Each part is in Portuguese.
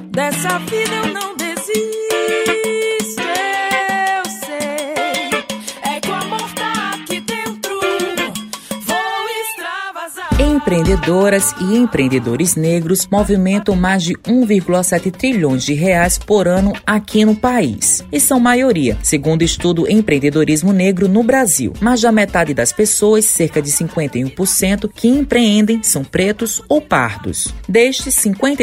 Dessa vida eu não desisto, eu sei. É que o amor tá aqui dentro, vou extravasar. Empreendedoras e empreendedores negros movimentam mais de 1,7 trilhões de reais por ano aqui no país. E são maioria, segundo o estudo Empreendedorismo Negro no Brasil. Mais da metade das pessoas, cerca de 51%, que empreendem são pretos ou pardos. Destes,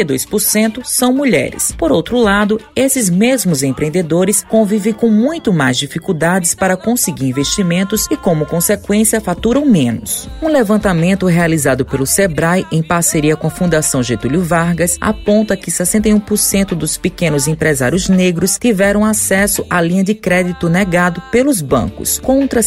52% são mulheres. Por outro lado, esses mesmos empreendedores convivem com muito mais dificuldades para conseguir investimentos e, como consequência, faturam menos. Um levantamento realizado pelo Sebrae, em parceria com a Fundação Getúlio Vargas, aponta que 61% dos pequenos empresários negros tiveram acesso à linha de crédito negado pelos bancos, contra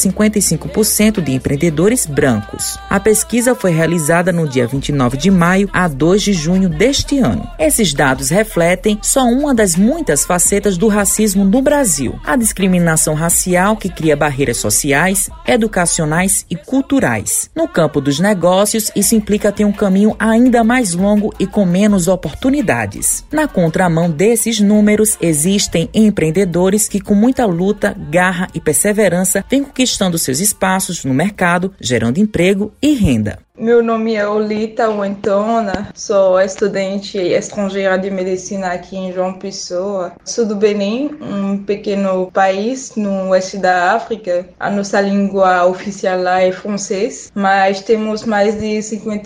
55% de empreendedores brancos. A pesquisa foi realizada no dia 29 de maio a 2 de junho deste ano. Esses dados refletem só uma das muitas facetas do racismo no Brasil: a discriminação racial, que cria barreiras sociais, educacionais e culturais. No campo dos negócios, isso implica ter um caminho ainda mais longo e com menos oportunidades. Na contramão desses números, existem empreendedores que, com muita luta, garra e perseverança, vêm conquistando seus espaços no mercado, gerando emprego e renda. Meu nome é Olita Wentona, sou estudante estrangeira de medicina aqui em João Pessoa. Sou do Benin, um pequeno país no oeste da África. A nossa língua oficial lá é francês, mas temos mais de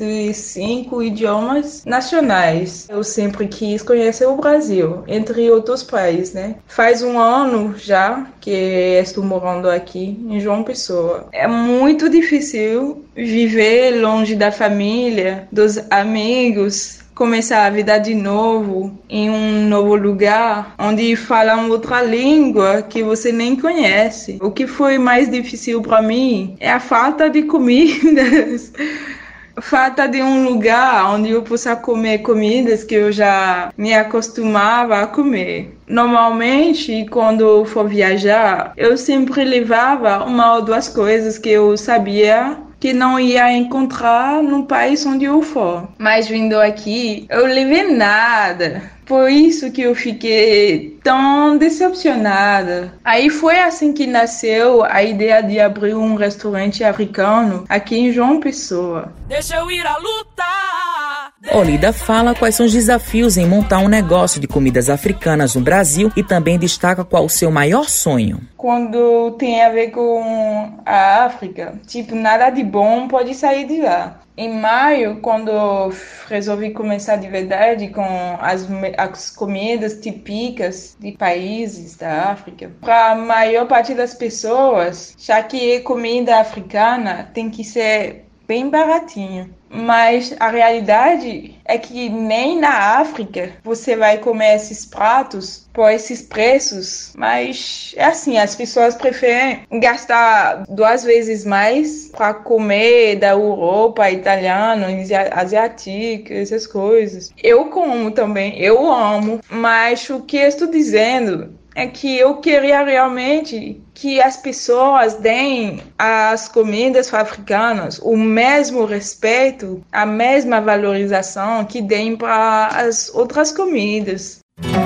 55 idiomas nacionais. Eu sempre quis conhecer o Brasil, entre outros países, né? Faz um ano já que estou morando aqui em João Pessoa. É muito difícil viver longe da família, dos amigos, começar a vida de novo em um novo lugar onde falam outra língua que você nem conhece. O que foi mais difícil para mim é a falta de comidas. Falta de um lugar onde eu possa comer comidas que eu já me acostumava a comer. Normalmente, quando eu for viajar, eu sempre levava uma ou duas coisas que eu sabia que não ia encontrar no país onde eu for. Mas vindo aqui, eu levei nada. Por isso que eu fiquei tão decepcionada. Aí foi assim que nasceu a ideia de abrir um restaurante africano aqui em João Pessoa. Deixa eu ir à luta. Olida fala quais são os desafios em montar um negócio de comidas africanas no Brasil e também destaca qual o seu maior sonho. Quando tem a ver com a África, nada de bom pode sair de lá. Em maio, quando eu resolvi começar de verdade com as comidas típicas de países da África, para a maior parte das pessoas, já que comida africana tem que ser bem baratinho. Mas a realidade é que nem na África você vai comer esses pratos por esses preços. Mas é assim, as pessoas preferem gastar 2 vezes mais para comer da Europa, italiano, asiático, essas coisas. Eu como também, eu amo. Mas o que eu estou dizendo é que eu queria realmente que as pessoas deem às comidas africanas o mesmo respeito, a mesma valorização que deem para as outras comidas.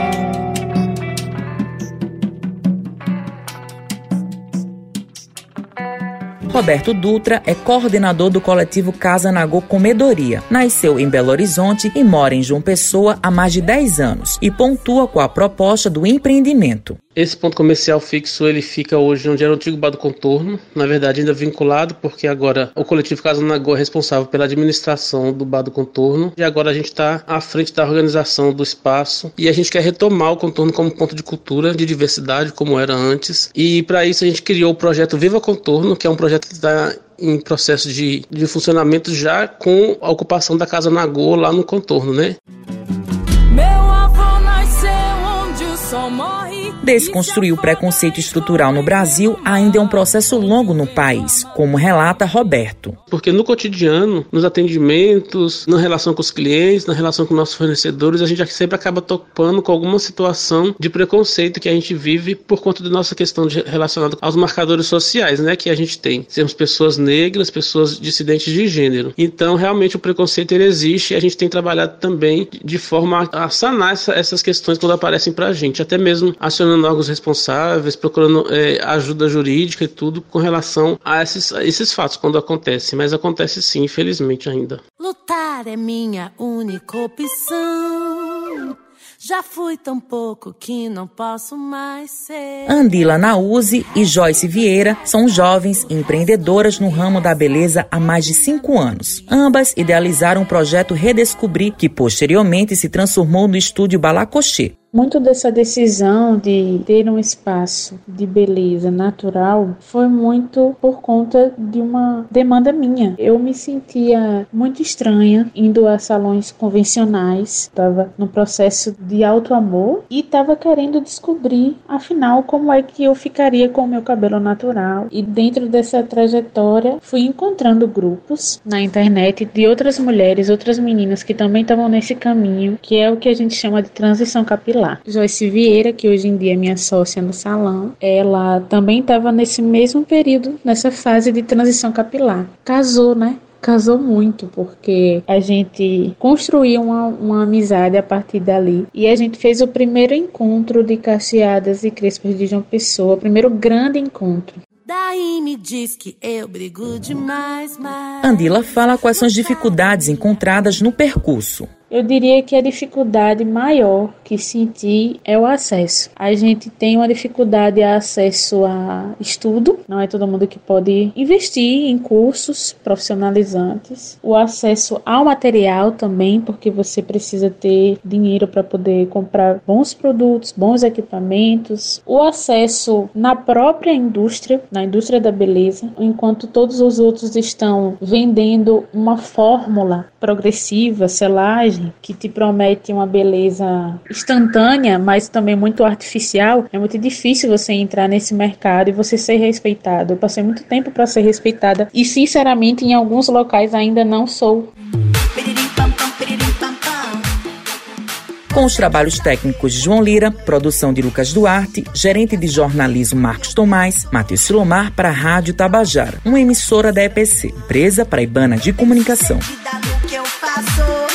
Roberto Dutra é coordenador do coletivo Casa Nagô Comedoria. Nasceu em Belo Horizonte e mora em João Pessoa há mais de 10 anos e pontua com a proposta do empreendimento. Esse ponto comercial fixo, ele fica hoje onde era o antigo Bar do Contorno, na verdade ainda vinculado, porque agora o coletivo Casa Nagô é responsável pela administração do Bar do Contorno, e agora a gente está à frente da organização do espaço, e a gente quer retomar o Contorno como ponto de cultura, de diversidade, como era antes, e para isso a gente criou o projeto Viva Contorno, que é um projeto que está em processo de funcionamento já com a ocupação da Casa Nagô lá no Contorno, né? Meu avô nasceu onde o só morre. Desconstruir o preconceito estrutural no Brasil ainda é um processo longo no país, como relata Roberto. Porque no cotidiano, nos atendimentos, na relação com os clientes, na relação com nossos fornecedores, a gente sempre acaba topando com alguma situação de preconceito que a gente vive por conta da nossa questão relacionada aos marcadores sociais, né, que a gente tem. Sermos pessoas negras, pessoas dissidentes de gênero. Então, realmente, o preconceito ele existe e a gente tem trabalhado também de forma a sanar essas questões quando aparecem pra gente, até mesmo acionando órgãos responsáveis, procurando ajuda jurídica e tudo com relação a esses fatos quando acontecem, mas acontece sim, infelizmente ainda. Lutar é minha única opção. Já fui tão pouco que não posso mais ser. Andila Naúzi e Joyce Vieira são jovens empreendedoras no ramo da beleza há mais de 5 anos. Ambas idealizaram o projeto Redescobrir, que posteriormente se transformou no estúdio Balacochê. Muito dessa decisão de ter um espaço de beleza natural foi muito por conta de uma demanda minha. Eu me sentia muito estranha indo a salões convencionais, estava no processo de autoamor e estava querendo descobrir, afinal, como é que eu ficaria com o meu cabelo natural. E dentro dessa trajetória, fui encontrando grupos na internet de outras mulheres, outras meninas que também estavam nesse caminho, que é o que a gente chama de transição capilar. Joyce Vieira, que hoje em dia é minha sócia no salão, ela também estava nesse mesmo período, nessa fase de transição capilar. Casou, né? Casou muito, porque a gente construiu uma amizade a partir dali. E a gente fez o primeiro encontro de cacheadas e crespas de João Pessoa, o primeiro grande encontro. Daí me diz que eu brigo demais, mas... Andila fala quais são as dificuldades encontradas no percurso. Eu diria que a dificuldade maior que senti é o acesso. A gente tem uma dificuldade de acesso a estudo, não é todo mundo que pode investir em cursos profissionalizantes. O acesso ao material também, porque você precisa ter dinheiro para poder comprar bons produtos, bons equipamentos. O acesso na própria indústria, na indústria da beleza, enquanto todos os outros estão vendendo uma fórmula progressiva, selagem, que te promete uma beleza instantânea, mas também muito artificial, é muito difícil você entrar nesse mercado e você ser respeitado. Eu passei muito tempo para ser respeitada e, sinceramente, em alguns locais ainda não sou. Com os trabalhos técnicos de João Lira, produção de Lucas Duarte, gerente de jornalismo Marcos Tomás, Matheus Silomar para a Rádio Tabajara, uma emissora da EPC, empresa paraibana de comunicação. Que eu faço.